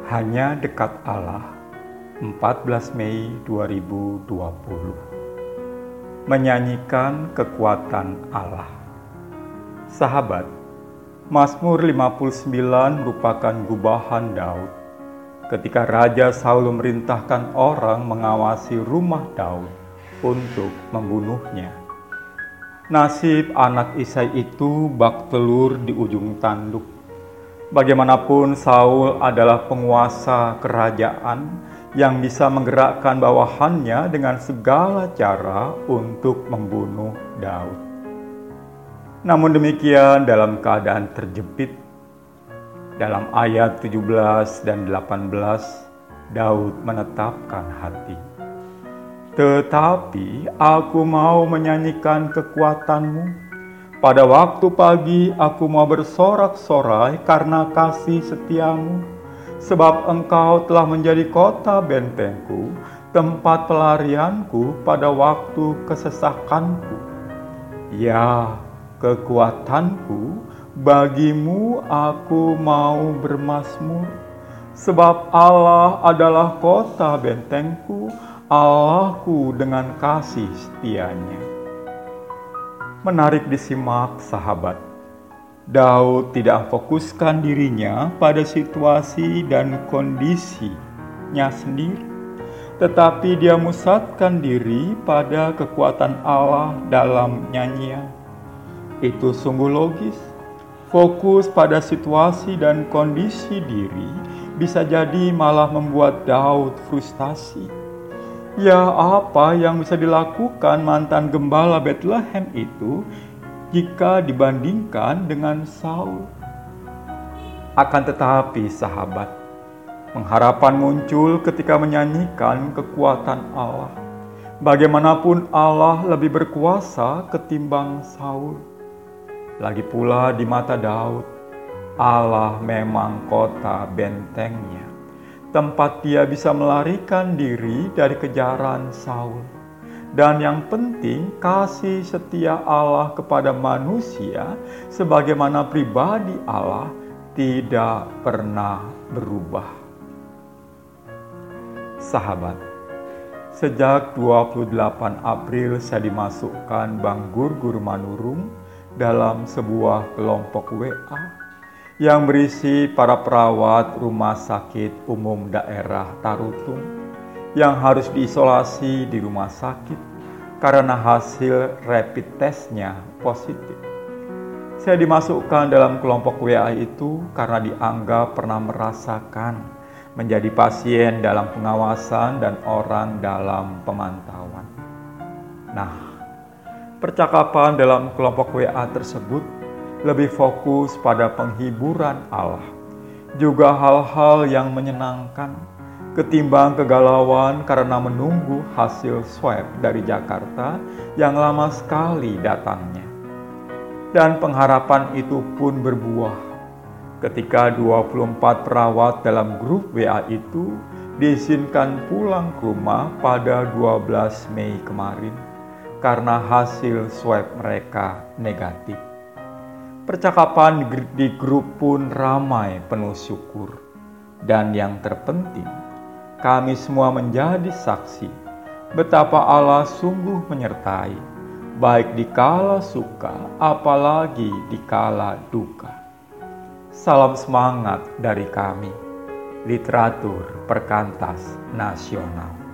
Hanya dekat Allah, 14 Mei 2020. Menyanyikan kekuatan Allah. Sahabat, Mazmur 59 merupakan gubahan Daud ketika Raja Saul memerintahkan orang mengawasi rumah Daud untuk membunuhnya. Nasib anak Isai itu bak telur di ujung tanduk. Bagaimanapun Saul adalah penguasa kerajaan yang bisa menggerakkan bawahannya dengan segala cara untuk membunuh Daud. Namun demikian, dalam keadaan terjepit, dalam ayat 17 dan 18, Daud menetapkan hati. Tetapi aku mau menyanyikan kekuatanmu. Pada waktu pagi aku mau bersorak-sorai karena kasih setiamu, sebab engkau telah menjadi kota bentengku, tempat pelarianku pada waktu kesesakanku. Ya, kekuatanku, bagimu aku mau bermazmur, sebab Allah adalah kota bentengku, Allahku dengan kasih setianya. Menarik disimak, sahabat. Daud tidak fokuskan dirinya pada situasi dan kondisinya sendiri, tetapi dia musatkan diri pada kekuatan Allah dalam nyanyian. Itu sungguh logis. Fokus pada situasi dan kondisi diri bisa jadi malah membuat Daud frustasi. Ya, apa yang bisa dilakukan mantan gembala Bethlehem itu jika dibandingkan dengan Saul? Akan tetapi, sahabat, pengharapan muncul ketika menyanyikan kekuatan Allah. Bagaimanapun Allah lebih berkuasa ketimbang Saul. Lagi pula di mata Daud, Allah memang kota bentengnya, tempat dia bisa melarikan diri dari kejaran Saul. Dan yang penting, kasih setia Allah kepada manusia sebagaimana pribadi Allah tidak pernah berubah. Sahabat, sejak 28 April saya dimasukkan Bang Gurgur Manurung dalam sebuah kelompok WA yang berisi para perawat rumah sakit umum daerah Tarutung yang harus diisolasi di rumah sakit karena hasil rapid testnya positif. Saya dimasukkan dalam kelompok WA itu karena dianggap pernah merasakan menjadi pasien dalam pengawasan dan orang dalam pemantauan. Nah, percakapan dalam kelompok WA tersebut lebih fokus pada penghiburan Allah, juga hal-hal yang menyenangkan, ketimbang kegalauan karena menunggu hasil swab dari Jakarta yang lama sekali datangnya. Dan pengharapan itu pun berbuah ketika 24 perawat dalam grup WA itu diizinkan pulang ke rumah pada 12 Mei kemarin karena hasil swab mereka negatif. Percakapan di grup pun ramai penuh syukur. Dan yang terpenting, kami semua menjadi saksi betapa Allah sungguh menyertai, baik di kala suka, apalagi di kala duka. Salam semangat dari kami, Literatur Perkantas Nasional.